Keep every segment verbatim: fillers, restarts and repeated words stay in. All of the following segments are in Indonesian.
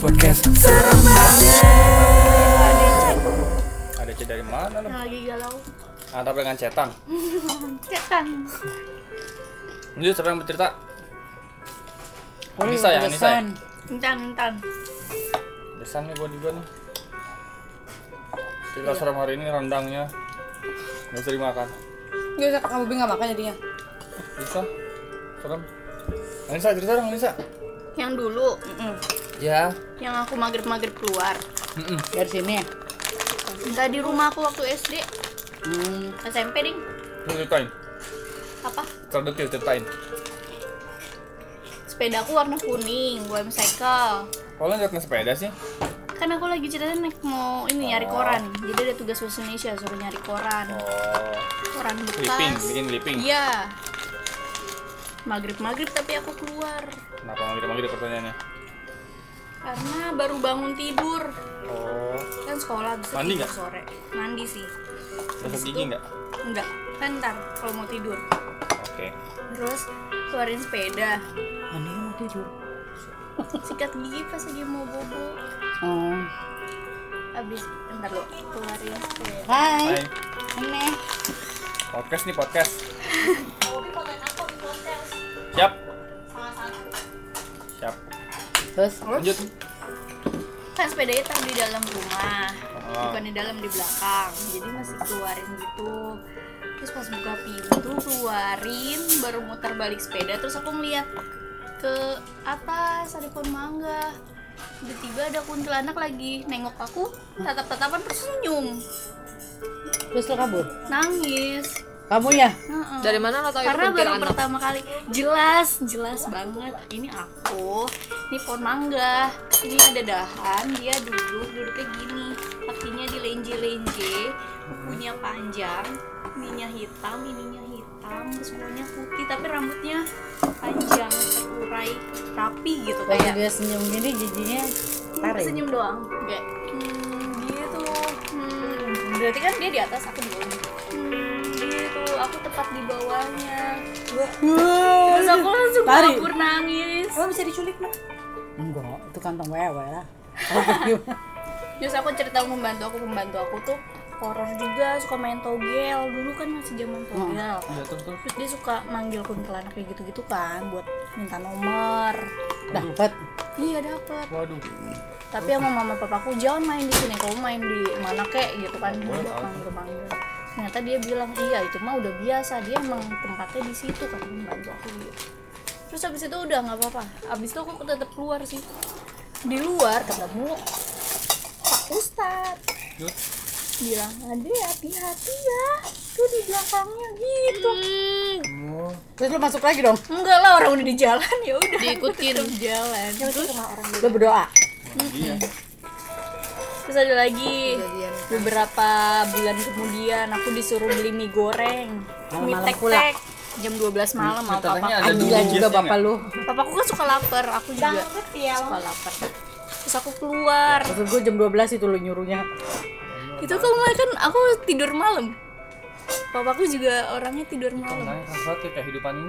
podcast serem banget. Ada C dari mana lu? Lagi galau. Antap dengan cetan. Cetan. Ini serem bercerita. Oh, Bisa ya, Anissa ya? Entan, entan. Besan nih gua juga nih. Cerita serem hari ini rendangnya nggak bisa dimakan. Gak usah kamu bingung makan jadinya. Bisa. Serem. Anissa cerita dong, Anissa. Yang dulu, Mm-mm. Ya. yang aku magrib-magrib keluar. Mm-mm. Dari sini. Enggak di rumah aku waktu S D, Hmm. S M P ding. Ceritain. Apa? Terdetil ceritain. Sepeda aku warna kuning, W M Cycle. Kalau nggak naik sepeda sih? Kan aku lagi ceritanya naik mau ini nyari Oh. koran. Jadi ada tugas bahasa Indonesia suruh nyari koran. Oh. Koran bekas. Clipping, bikin clipping. Iya. Magrib-magrib tapi aku keluar. Kenapa manggil-manggil pertanyaannya? Karena baru bangun tidur. Oh. Kan sekolah bisa Mandi tidur nggak? sore. Mandi sih. Gosok gigi nggak? Enggak. Kan ntar kalau mau tidur. Oke. Terus keluarin sepeda. Aneh mau tidur. Sikat gigi pas lagi mau bobo. Oh. Abis ntar lo keluarin sepeda. Hai. Hai. Aneh. Podcast nih podcast. Siap. Siap. Terus Lanjut. Kan sepedanya taruh di dalam rumah. Oh. Bukan di dalam, di belakang. Jadi masih keluarin gitu. Terus pas buka pintu keluarin, baru muter balik sepeda. Terus aku ngeliat ke atas ada pohon mangga. Tiba-tiba ada kuntilanak lagi nengok aku, tatap-tatapan terus senyum, terus lo kabur. nangis. Kamu ya? Heeh. Dari mana lo tahu itu Karena baru kuntilanak? pertama kali. Jelas, jelas banget. Ini aku, ini pohon mangga. Ini ada dahan, dia duduk, duduknya gini. Kakinya dilenje-lenje, kukunya panjang, ininya hitam, ininya hitam, semuanya putih, tapi rambutnya panjang, terurai, rapi gitu Waktu kayak. dia senyum gini giginya tarik. Senyum doang, kayak hmm, gitu. Hmm, berarti kan dia di atas, aku di bawah. Hmm, gitu, aku tepat di bawahnya. Terus aku langsung Lari. kabur nangis. Kamu bisa diculik mah? Enggak, itu kantong wewe lah. Terus aku cerita ke pembantu aku, pembantu aku tuh horor juga, suka main togel. Dulu kan masih zaman togel. Ya, terus terus. Terus dia suka manggil kuntilanak kayak gitu-gitu kan, buat minta nomor. Dapat. Iya dapet. Waduh. Tapi sama mama papaku jangan main di sini, kamu main di mana kek gitu kan, Boleh, buat tahu. manggil-manggil. Ternyata dia bilang iya itu mah udah biasa, dia emang tempatnya di situ kan, pembantu aku gitu. Terus abis itu udah nggak apa-apa. Abis itu aku tetap keluar sih. Di luar ketemu Pak Ustadz. Yuk. Bilang, Ade hati-hati ya, tuh di belakangnya gitu. Oh. Terus lo masuk lagi dong. Enggak lah, orang udah di jalan ya udah Diikutin. tetep jalan. Terus, Lo berdoa. Iya. terus ada lagi beberapa bulan kemudian aku disuruh beli mie goreng, mie Malam-malam tek-tek jam dua belas malam sama Ceritanya papa. ada Anjing dua juga bapak lu. Papaku kan suka lapar, aku juga suka lapar. Terus aku keluar. Maksud gue jam dua belas itu lo nyuruhnya. Itu kan kan aku tidur malam. Papaku juga orangnya tidur malam. Nah, apa tuh kehidupan ini?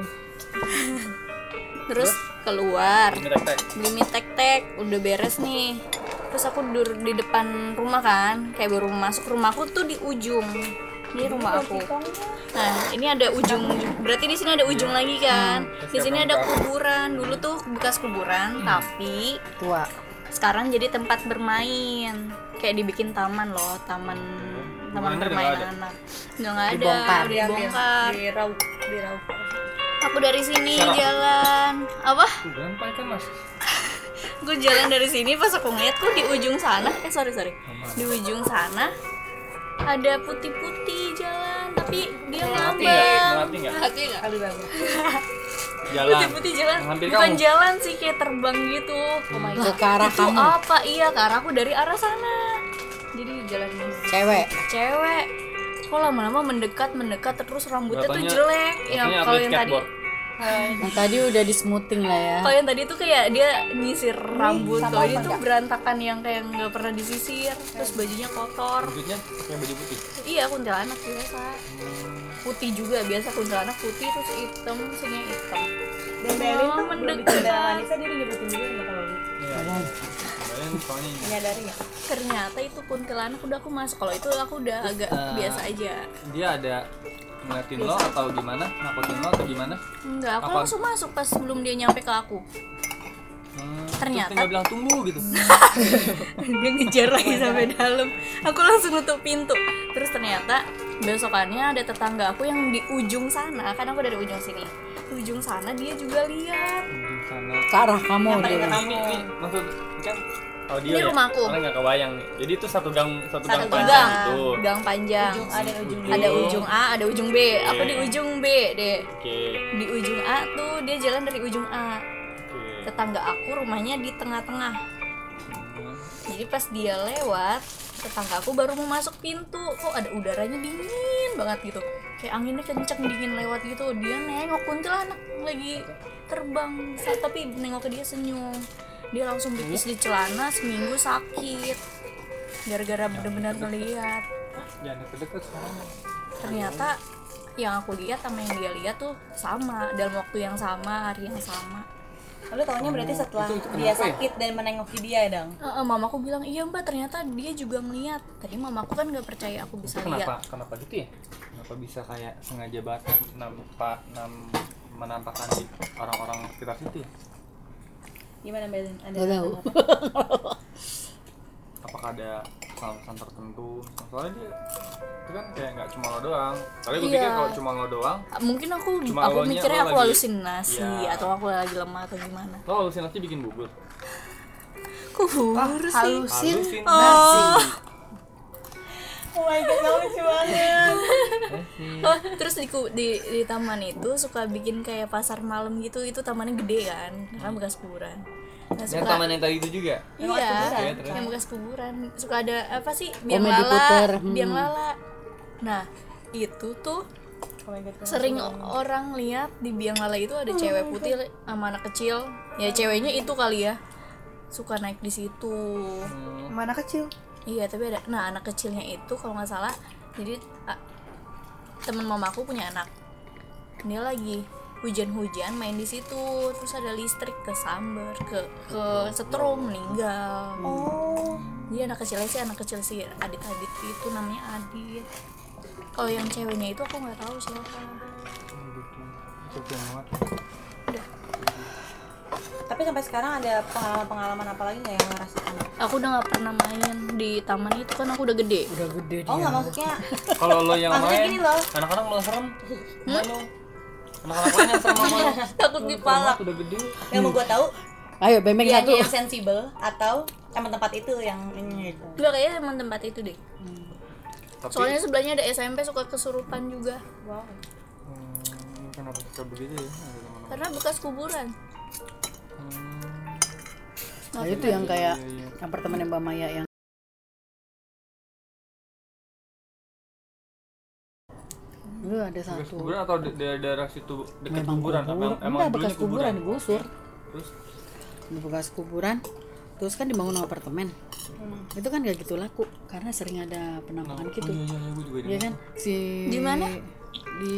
Terus keluar, Ini tek-tek. beli mie tek-tek, udah beres nih. Terus aku duduk di depan rumah kan, kayak baru masuk rumahku tuh di ujung. Ini rumah aku. Nah, ini ada ujung. Berarti di sini ada ujung lagi kan. Di sini ada kuburan. Dulu tuh bekas kuburan, tapi Tua. sekarang jadi tempat bermain. Kayak dibikin taman loh, taman taman Kuburannya bermain udah nggak ada? anak. Udah nggak ada, Dibongkar. udah dibongkar. Dirau, dirau. Aku dari sini Serap. jalan. Apa? Kuburan Pak kan Mas. Gue jalan dari sini pas aku ngeliat kok di ujung sana. Eh sorry sorry. Di ujung sana ada putih-putih jalan, tapi dia Melati ngambang. nggak? Melati nggak? Hati nggak? Kali banget. Jalan. Putih-putih jalan. Hampir Bukan kamu. jalan sih, kayak terbang gitu. Oh my Ke arah Itu kamu. apa? Iya, ke arahku dari arah sana. Jadi jalan Cewek. cewek. Kok lama-lama mendekat mendekat terus rambutnya tuh Katanya- jelek. Ya katanya kalau atlet yang tadi skateboard. Yang tadi udah di smoothing lah ya. kalau yang tadi tuh kayak dia nyisir rambut, kalau ini tuh berantakan yang kayak nggak pernah disisir, terus bajunya kotor. Rambutnya pakai baju putih. Iya, kuntilanak biasa. Putih juga biasa, kuntilanak putih terus hitam, sini hitam. Dan Melin tuh belum mendekat. bicara Wanita, dia udah nyebutin juga nggak kalau gitu. Iya. Kemarin soalnya ini. Menyadari ya. Ternyata itu kuntilanak udah aku masuk. Kalau itu aku udah agak Eh, biasa aja. Dia ada ngeliatin lo atau gimana? Nakutin lo atau gimana? Enggak, aku Apa? langsung masuk pas sebelum dia nyampe ke aku. Hmm, Ternyata- terus tinggal bilang tunggu gitu. Dia ngejar lagi sampai dalam. Aku langsung nutup pintu. Terus ternyata besokannya ada tetangga aku yang di ujung sana, kan aku dari ujung sini. Ujung sana dia juga lihat. Ujung sana. Ke arah kamu Yang paling dia. ke Ini, ini, ini maksud kan audio Ini ya? rumahku. Orang nggak kebayang nih. Jadi itu satu gang satu, Satu gang gang. panjang Gang, gitu. gang panjang. Ujung A dan ujung B. Ada ujung A, ada ujung B. Aku di ujung B, deh. Oke. Di ujung A tuh dia jalan dari ujung A. Oke. Tetangga aku rumahnya di tengah-tengah. Hmm. Jadi pas dia lewat, tetangga aku baru mau masuk pintu. Kok ada udaranya dingin banget gitu. Kayak anginnya kenceng dingin lewat gitu. Dia nengok kuntilanak lagi terbang. Sa- Tapi nengok ke dia senyum. Dia langsung pipis di celana, seminggu sakit. Gara-gara bener-bener ngeliat. Jangan deket-deket soalnya. Ternyata yang aku lihat sama yang dia lihat tuh sama, dalam waktu yang sama, hari yang sama. Lalu tahunya berarti setelah itu- itu dia kenapa ya? sakit dan menengoki dia ya, Dang. Uh, mamaku bilang iya mbak, ternyata dia juga ngeliat. Tadi mamaku kan nggak percaya aku bisa Itu lihat. kenapa kenapa gitu ya? Kenapa bisa kayak sengaja banget nampak nam, menampakkan di orang-orang sekitar situ ya? Gimana Mbak? Ada Gak tahu. Apakah ada pesan tertentu? Soalnya dia itu kan kayak nggak cuma lo doang. Tapi gue Iya. pikir kalau cuma lo doang, Mungkin aku Cuma aku elonya mikirnya lo aku lagi- halusinasi Iya. atau aku lagi lemah atau gimana. lo halusinasi bikin bubur. Kubur sih. Halusin. Halusinasi. Oh my god, kamu lucu banget. Oh, terus di, ku- di di taman itu suka bikin kayak pasar malam gitu. Itu tamannya gede kan, karena bekas kuburan. Nah, Dan suka, taman yang tadi itu juga. Yang bekas iya, kuburan? Iya, terus? yang bekas kuburan. Suka ada apa sih? Biang Komedi lala, puter, hmm. biang lala. Nah, itu tuh Oh my god, kamu sering lucu banget. orang lihat di biang lala itu ada cewek putih sama anak kecil. Ya ceweknya itu kali ya. Suka naik di situ. Hmm. Mana kecil? Iya, tapi ada. Nah, anak kecilnya itu kalau nggak salah, jadi a- temen mamaku punya anak. Dia lagi hujan-hujan main di situ, terus ada listrik kesambar, ke ke setrum, meninggal. Oh. Dia anak kecilnya sih anak kecil sih, Adit-Adit itu namanya Adit. Kalau yang ceweknya itu aku nggak tahu siapa. Itu keren banget. Tapi sampai sekarang ada pengalaman-pengalaman apa lagi nggak yang ngerasakan? Aku udah nggak pernah main di taman itu kan aku udah gede. Udah gede dia. Oh nggak, maksudnya Kalau lo yang Maksudnya main, gini loh. anak-anak malah serem. Sama lo. Anak-anak lain yang serem sama lo. Takut dipalak. Udah gede. yang mau gue tahu Ayo bembeng dia satu. yang sensibel atau emang tempat itu yang ini gitu. Enggak, kayaknya emang tempat itu deh. Tapi, Soalnya sebelahnya ada S M P suka kesurupan juga. Wow. hmm, kenapa suka begitu ya? Ada teman-teman. Karena bekas kuburan. Hmm. Nah, itu yang kayak Iya, iya. apartemen Mbak Maya yang lu ada Bekas satu. kuburan atau di di daerah situ dekat Memang kuburan? kubur. Emang, emang Enggak, dulunya bekas kuburan digusur. Terus Di bekas kuburan. Terus kan dibangun apartemen. Itu kan gak gitu laku karena sering ada penampakan gitu. Oh, iya, iya, iya, gue juga Iya kan? Si Di mana? Di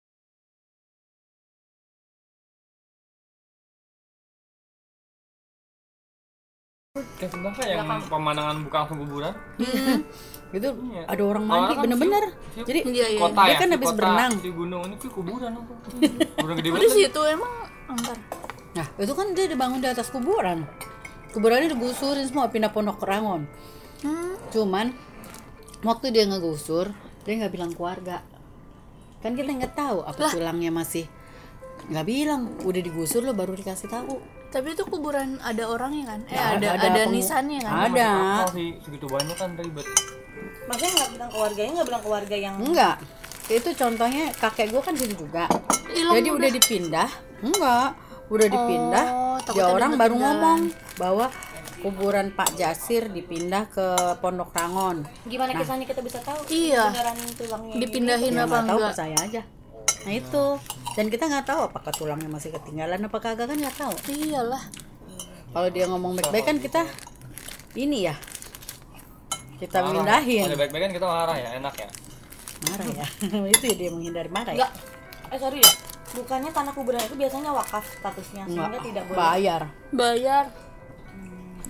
kan sebelah kan yang pemandangan bukan langsung kuburan. itu Iya. ada orang mandi Orang kan bener-bener. si- Jadi Iya, iya. Kota dia ya, kan si habis kota, berenang. si gunung ini tuh kuburan apa? Kuburan gede Di banget. situ emang angker. Nah, itu kan dia dibangun di atas kuburan. Kuburannya digusurin semua pindah Pondok Rangon. Hmm. Cuman waktu dia ngegusur, dia nggak bilang keluarga. Kan kita nggak tahu apa tulangnya masih nggak bilang. Udah digusur lo baru dikasih tahu. Tapi itu kuburan ada orangnya kan? Eh Ya, ada ada ada, pengu- nisannya kan? Ada. Apa sih segitu banyak kan ribet. Maksudnya nggak bilang keluarganya, nggak bilang keluarga yang Enggak. Itu contohnya kakek gua kan situ juga. Hilang Jadi udah dipindah. Enggak. Udah dipindah. Oh, dia takutnya orang dia baru ketinggalan. ngomong bahwa kuburan Pak Jasir dipindah ke Pondok Rangon. gimana kisahnya kita bisa tahu? Iya. Beneran tulangnya Dipindahin Ya, apa nggak tahu, enggak? percaya aja. Nah itu. Dan kita nggak tahu apakah tulangnya masih ketinggalan apa kagak kan nggak tahu. Iyalah. Kalau dia ngomong baik-baik kan kita ini ya. Kita Marah. mindahin. Ada baik-baik kan kita marah ya, enak ya. Marah ya. Itu ya dia menghindari marah ya. Enggak. Eh sorry ya. Bukannya tanah kuburan itu biasanya wakaf statusnya sehingga Nggak, tidak boleh. bayar. Bayar. Wakaf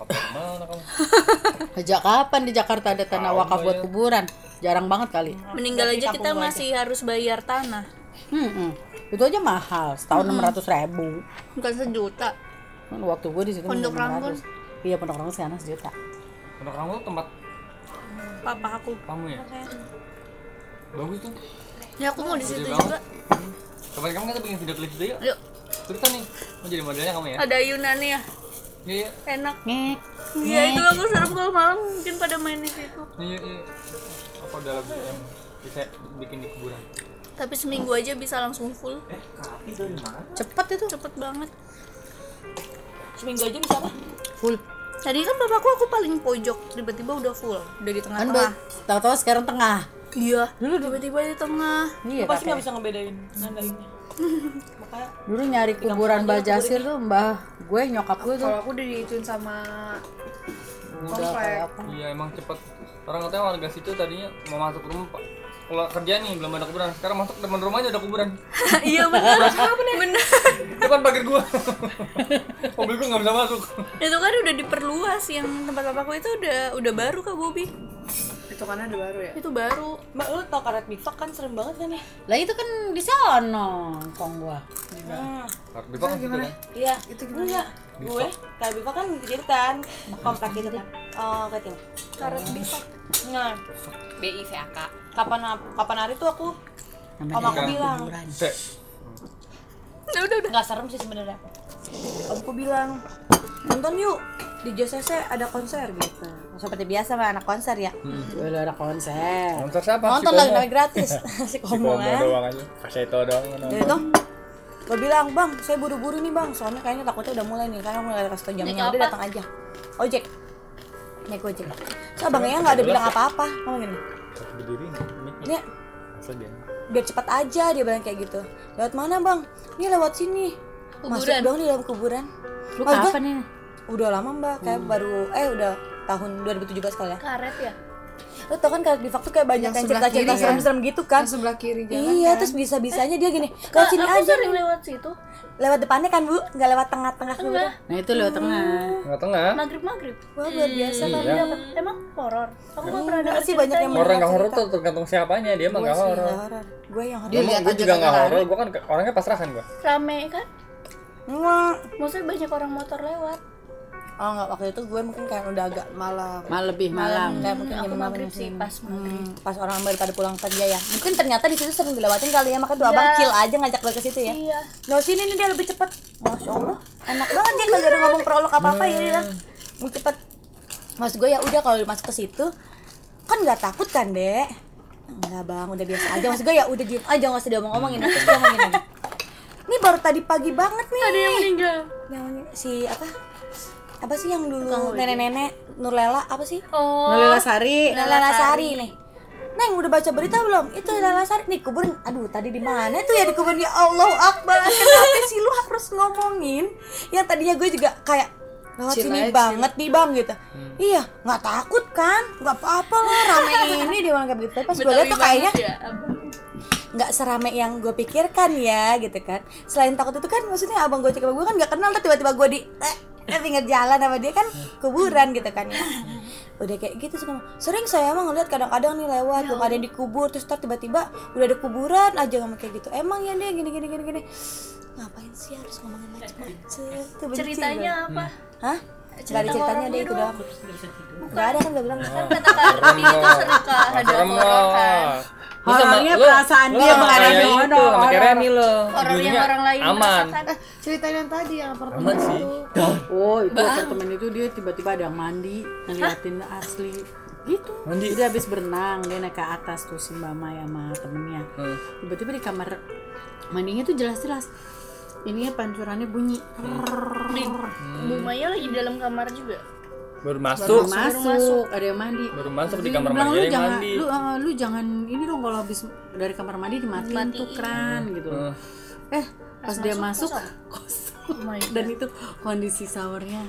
wakaf dari mana kamu? Sejak kapan di Jakarta ada tanah Tahu wakaf gua buat ya. kuburan? Jarang banget kali. Meninggal Berarti aja kampung kita gua masih harus bayar tanah. Hmm, itu aja mahal. Setahun enam ratus ribu. Bukan sejuta. Kan waktu gue di situ Pondok Ranggon. Iya, Pondok Ranggon sekarang sejuta. Pondok Ranggon tuh tempat Papa aku. kamu ya? Bagus tuh. Ya aku mau di situ Gede juga. Kapan kamu kita bikin video klip juga yuk. Yuk, Cerita nih, mau jadi modelnya kamu ya? ada ayunannya ya. Iya, iya. Enak. Ngek. Iya, itu aku serem kalau malam mungkin pada main di situ. Iya, iya. Apa udah lagu yang bisa bikin di kuburan? Tapi seminggu aja bisa langsung full. Cepet itu. Cepet banget. Seminggu aja bisa apa? Full. Tadi kan bapakku aku paling pojok, tiba-tiba udah full, udah di Kan tengah-tengah. ba- tahu-tahu sekarang tengah. Iya, dulu tiba-tiba di tengah. Iya, Lu pasti nggak kakek. bisa ngebedain nandainnya. Makanya Dulu nyari kuburan Mbah Jasir tuh Mbah gue nyokap gue tuh Kalau aku udah diituin sama udah kayak apa? Iya, emang cepet. Orang katanya warga situ tadinya mau masuk rumah, Pak. Kalau kerja nih belum ada kuburan. Sekarang masuk depan rumahnya ada kuburan. iya benar. Benar. Depan pagar gua. Mobil gua nggak bisa masuk. Itu kan udah diperluas, yang tempat bapakku itu udah udah baru Kak Bobi. Itu kan ada baru ya? Itu baru. Mbak, lu tau karet bifak kan serem banget kan ya? Lah itu kan di sono kong gua. Hmm. Harus dipakai gitu kan. Iya, itu enggak. Gue karet bifak kan jadi kan komplek gitu kan. Oh, kayak gitu. Karet bifak. Nah, B I V A K. kapan kapan hari tuh aku Namanya om aku kan bilang kuburan. Cek. Udah udah udah. nggak serem sih sebenarnya. Omku bilang nonton yuk di J C C ada konser gitu. Seperti biasa lah anak konser ya. Gue udah ada konser. Konser siapa? Nonton Si lagi Komo. lagi gratis. Si Si Komo Komo kan. doang aja. Kaseto doang Jadi nonton. tuh gue bilang, bang, saya buru-buru nih bang, soalnya kayaknya takutnya udah mulai nih, karena mulai kasih tau jamnya, Naik udah apa? datang aja. Ojek, naik ojek. So abangnya nggak ada bilang apa-apa, ngomong gini, Harus berdiri nih. ini Masa dia. biar cepat aja, dia bilang kayak gitu. Lewat mana bang? Ini lewat sini. Masuk Kuburan. dong di dalam kuburan. Lu Mas, gua- kapan nih? Udah lama mbak, kayak baru, eh udah tahun dua ribu tujuh belas kali ya. Karet ya. Lo tau kan karet bifak tuh kayak banyak Yang yang sebelah cerita-cerita kiri kan? serem-serem gitu kan. Yang sebelah kiri jalan Iya, kan? terus bisa-bisanya dia gini, Kak, lewat sini aku aja sering nih. lewat situ. Lewat depannya kan bu, nggak lewat tengah-tengah kuburan. Enggak. Nah itu lewat tengah. Enggak tengah. Maghrib-maghrib. Wah luar biasa kan. Iya. Dapat emang horor. Aku nggak pernah Enggak dengar sih, banyak yang ceritanya. Orang nggak horor cerita. tuh tergantung siapanya. Dia mah Gue nggak sih horor. nggak horor. Gue yang horor. Dia lihat Gue aja juga nggak kagak horor. Gue kan orangnya pasrahan gue. Rame kan? Enggak. Maksudnya banyak orang motor lewat. Oh enggak, waktu itu gue mungkin kayak udah agak malam. Mal lebih malam. Kayak mungkin Aku jam maghrib enam sih, sih. pas maghrib. Hmm, pas orang baru pada pulang kerja ya. Mungkin ternyata di situ sering dilewatin kali ya, makanya tuh Iya. abang chill aja ngajak gue ke situ ya. Iya. Nggak sini nih dia lebih cepet. Masya Allah, enak banget dia kagak ada ngomong prolog apa apa ya dia. Mau cepet. Maksud gue ya udah kalau masuk ke situ kan nggak takut kan dek? Enggak bang, udah biasa aja. Maksud gue ya udah diem aja nggak usah diomong-omongin. Terus dia ngomongin lagi. Ini baru tadi pagi banget nih. Ada yang meninggal. Namanya si apa? Apa sih yang dulu Tukang ojek. nenek-nenek Nurlela apa sih? Oh. Nurlela Sari. Nurlela Sari nih. Neng udah baca berita belum? Itu Nurlela Sari nih kuburan. Aduh tadi di mana tuh ya di kuburan ya Allahu Akbar. Kenapa sih lu harus ngomongin? Yang tadinya gue juga kayak lewat Chill sini aja, banget nih bang gitu. Iya nggak takut kan? Nggak apa-apa lah rame ini dia bilang kayak begitu. Tapi pas gue lihat tuh kayaknya Ya, abang. nggak serame yang gue pikirkan ya gitu kan. Selain takut itu kan maksudnya abang gue cek gue kan nggak kenal tuh tiba-tiba gue di eh, eh pinggir jalan sama dia kan kuburan gitu kan ya. Udah kayak gitu sih. Sering saya emang ngeliat kadang-kadang nih lewat belum ada yang dikubur terus tar tiba-tiba udah ada kuburan aja ngomong kayak gitu. Emang ya dia gini gini gini gini. Ngapain sih harus ngomongin macam-macam? Tuh benci Ceritanya gue. apa? Hah? Gak ada ceritanya dia itu doang. Gak ada kan gue bilang. Kan kata Kak Bobi itu sedekah ada Serem horor kan. lah. Horornya perasaan dia menghadapi itu horor. sama kayak Remy lo. Horor yang orang lain aman. merasakan. Ceritain yang tadi yang apartemen Aman sih. itu. Oh itu apartemen itu dia tiba-tiba ada yang mandi ngeliatin asli gitu. Mandi? Dia habis berenang dia naik ke atas tuh si mama ya sama temennya. Hmm. Tiba-tiba di kamar mandinya tuh jelas-jelas ininya pancurannya bunyi. Di Bu Maya lagi di dalam kamar juga. Baru Baru masuk. masuk, ada yang mandi. Baru masuk di Dia kamar bilang, mandi lu ada yang jangan, mandi. Lu, uh, lu jangan ini dong kalau habis dari kamar mandi dimatiin Matiin. tuh keran gitu. Hmm. Eh pas, dia masuk kosong. kosong. Dan itu kondisi showernya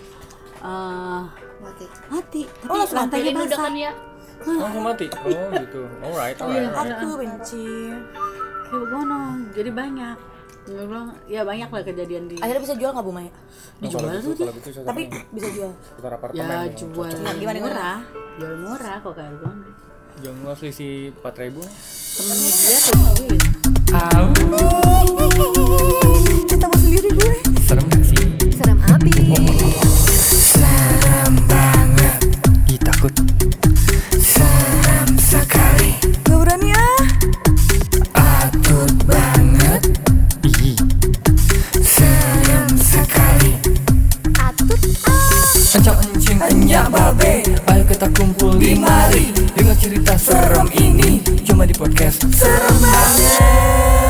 uh, Mati. mati. Tapi Oh, langsung lantainya Ini udah basah. kan ya. Langsung mati. Oh gitu. Alright, alright. Aku benci. Kayak begono, jadi banyak. Dia bilang ya banyak lah kejadian di Akhirnya bisa jual nggak Bu Maya? dijual Kalau tuh gitu- dia. kalau gitu cocok Tapi nih. bisa jual. Sekitar apartemen Ya nih, jual cocok. Nah, gimana, gimana? murah, jual murah kok kayak gue. Jangan gua selisih empat ribu. Temennya dia tuh duit. Kita mau sendiri gue. Serem gak sih? Serem abis. Serem banget. Ih takut. Serem sekali. Gak berani ah. Takut banget. Ih. Serem sekali. Atut ah. Encok encing enyak babe. Ayo kita kumpul di mari. Dengar cerita serem ini cuma di podcast Serem Banget.